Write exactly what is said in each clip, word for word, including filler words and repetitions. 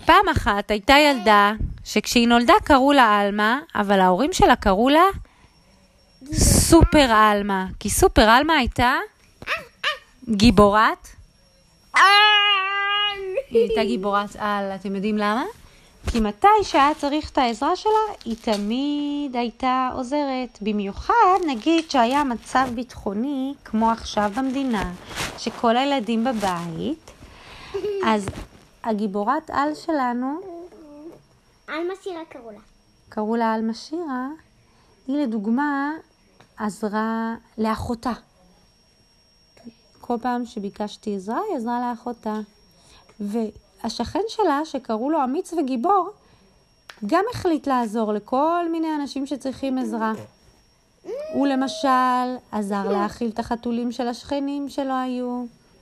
פעם אחת הייתה ילדה שכשהיא נולדה קראו לה אלמה, אבל ההורים שלה קראו לה סופר אלמה, כי סופר אלמה הייתה גיבורת. היא הייתה גיבורת על, אתם יודעים למה? כי מתי שהיה צריך את העזרה שלה, היא תמיד הייתה עוזרת. במיוחד, נגיד שהיה מצב ביטחוני, כמו עכשיו במדינה, שכל הילדים בבית, אז הגיבורת על שלנו, אלמה שירה קראו לה. קראו לה אלמה שירה, היא לדוגמה עזרה לאחותה. כל פעם שביקשתי עזרה, היא עזרה לאחותה. והשכן שלה, שקראו לו אמיץ וגיבור, גם החליט לעזור לכל מיני אנשים שצריכים עזרה. הוא למשל עזר להאכיל את החתולים של השכנים שלו היו.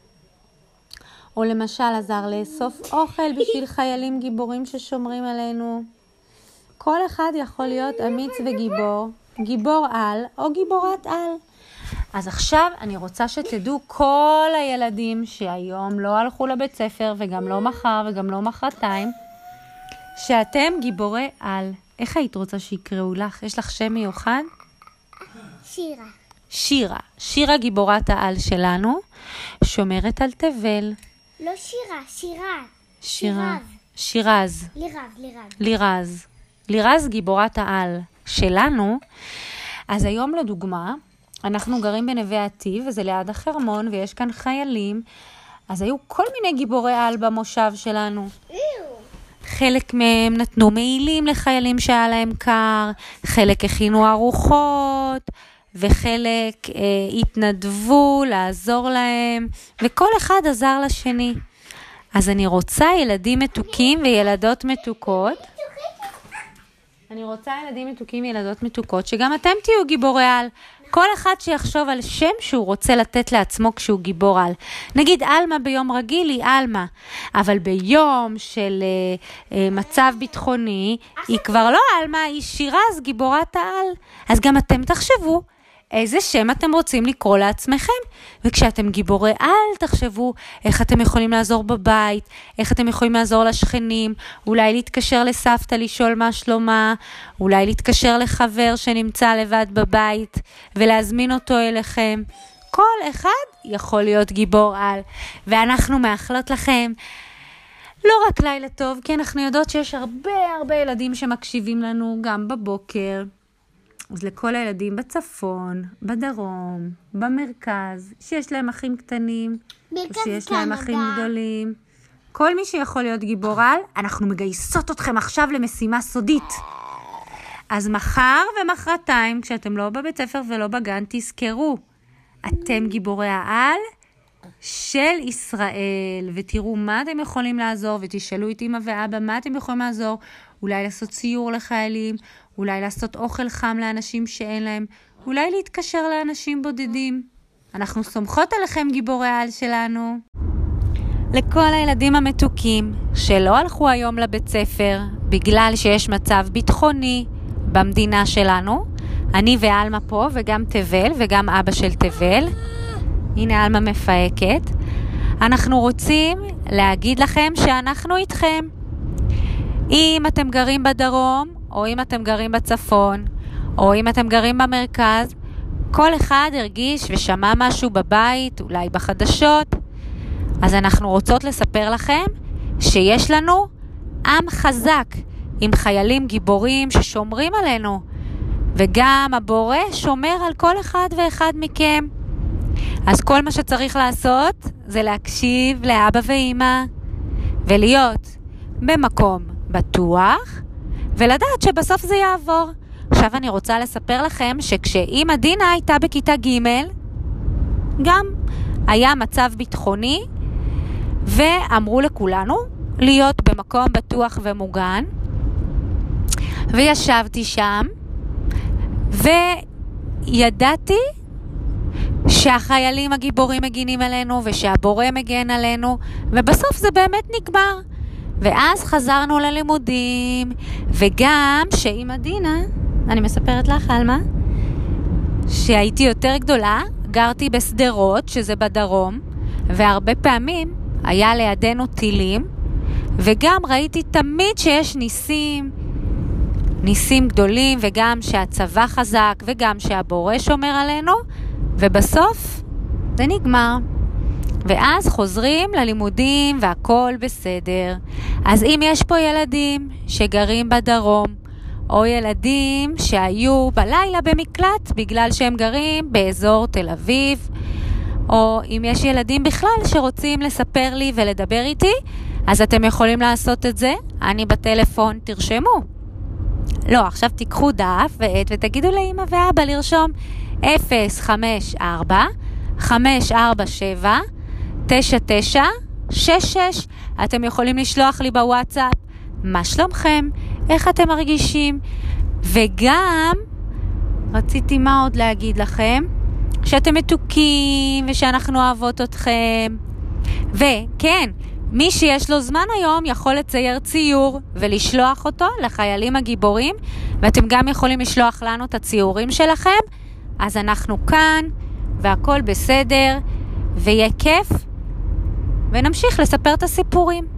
או למשל עזר לאסוף אוכל בשביל חיילים גיבורים ששומרים עלינו. כל אחד יכול להיות אמיץ וגיבור, גיבור על או גיבורת על. אז עכשיו אני רוצה שתדעו כל הילדים שהיום לא הלכו לבית ספר וגם לא מחר וגם לא מחרתיים, שאתם גיבורי על. איך היית רוצה שיקראו לך? יש לך שם מיוחד? שירה. שירה. שירה גיבורת העל שלנו, שומרת על תבל. לא שירה, שירה. שירה. שירז. לירז, לירז. לירז. לירז גיבורת העל שלנו. אז היום לדוגמה, אנחנו גרים בנווה עתיב, וזה ליד החרמון, ויש כאן חיילים. אז היו כל מיני גיבורי על במושב שלנו. חלק מהם נתנו מעילים לחיילים שהיה להם קר, חלק הכינו ארוחות, וחלק אה, התנדבו לעזור להם, וכל אחד עזר לשני. אז אני רוצה ילדים מתוקים וילדות מתוקות. אני רוצה ילדים מתוקים וילדות מתוקות, שגם אתם תהיו גיבורי על. כל אחד שיחשוב על שם שהוא רוצה לתת לעצמו כשהוא גיבור על. נגיד אלמה ביום רגיל היא אלמה, אבל ביום של uh, uh, מצב ביטחוני, היא כבר לא אלמה, היא שירז גיבורת העל. אז גם אתם תחשבו איזה שם אתם רוצים לקרוא לעצמכם. וכשאתם גיבורי על, תחשבו איך אתם יכולים לעזור בבית, איך אתם יכולים לעזור לשכנים, אולי להתקשר לסבתא לשאול מה שלומה, אולי להתקשר לחבר שנמצא לבד בבית ולהזמין אותו אליכם. כל אחד יכול להיות גיבור על. ואנחנו מאחלות לכם לא רק לילה טוב, כי אנחנו יודעות שיש הרבה הרבה ילדים שמקשיבים לנו גם בבוקר. אז לכל הילדים בצפון, בדרום, במרכז, שיש להם אחים קטנים, או שיש להם אחים גדולים. כל מי שיכול להיות גיבור על, אנחנו מגייסות אתכם עכשיו למשימה סודית. אז מחר ומחרתיים, כשאתם לא בבית ספר ולא בגן, תזכרו, אתם גיבורי העל של ישראל, ותראו מה אתם יכולים לעזור, ותשאלו את אמא ואבא מה אתם יכולים לעזור, אולי לעשות ציור לחיילים, אולי לעשות אוכל חם לאנשים שאין להם, אולי להתקשר לאנשים בודדים. אנחנו סומכות עליכם גיבורי העל שלנו. לכל הילדים המתוקים שלא הלכו היום לבית ספר בגלל שיש מצב ביטחוני במדינה שלנו, אני ואלמה פה וגם תבל וגם אבא של תבל, הנה אלמה מפהקת, אנחנו רוצים להגיד לכם שאנחנו איתכם. אם אתם גרים בדרום, או אם אתם גרים בצפון, או אם אתם גרים במרכז, כל אחד הרגיש ושמע משהו בבית, אולי בחדשות, אז אנחנו רוצות לספר לכם שיש לנו עם חזק, עם חיילים גיבורים ששומרים עלינו, וגם הבורא שומר על כל אחד ואחד מכם. אז כל מה שצריך לעשות זה להקשיב לאבא ואמא, ולהיות במקום בטוח, ולדעת שבסוף זה יעבור. עכשיו אני רוצה לספר לכם שכשאמא דינה הייתה בכיתה ג' גם היה מצב ביטחוני, ואמרו לכולנו להיות במקום בטוח ומוגן, וישבתי שם וידעתי שהחיילים הגיבורים מגינים עלינו ושהבורא מגן עלינו, ובסוף זה באמת נגמר. ואז חזרנו ללימודים, וגם שאמא דינה, אני מספרת לך אלמה, שהייתי יותר גדולה, גרתי בסדרות שזה בדרום, והרבה פעמים היה לידינו טילים, וגם ראיתי תמיד שיש ניסים, ניסים גדולים, וגם שהצבא חזק, וגם שהבורא שומר עלינו, ובסוף זה נגמר. ואז חוזרים ללימודים והכל בסדר. אז אם יש פה ילדים שגרים בדרום, או ילדים שהיו בלילה במקלט בגלל שהם גרים באזור תל אביב, או אם יש ילדים בכלל שרוצים לספר לי ולדבר איתי, אז אתם יכולים לעשות את זה. אני בטלפון, תרשמו. לא, עכשיו תיקחו דף ועט ותגידו לאמא ואבא לרשום אפס חמש ארבע חמש ארבע שבע תשע תשע שש שש. אתם יכולים לשלוח לי בוואטסאפ מה שלומכם, איך אתם מרגישים. וגם רציתי מה עוד להגיד לכם, שאתם מתוקים ושאנחנו אוהבות אתכם. וכן, מי שיש לו זמן היום יכול לצייר ציור ולשלוח אותו לחיילים הגיבורים, ואתם גם יכולים לשלוח לנו את הציורים שלכם. אז אנחנו כאן והכל בסדר ויהיה כיף, ונמשיך לספר את הסיפורים.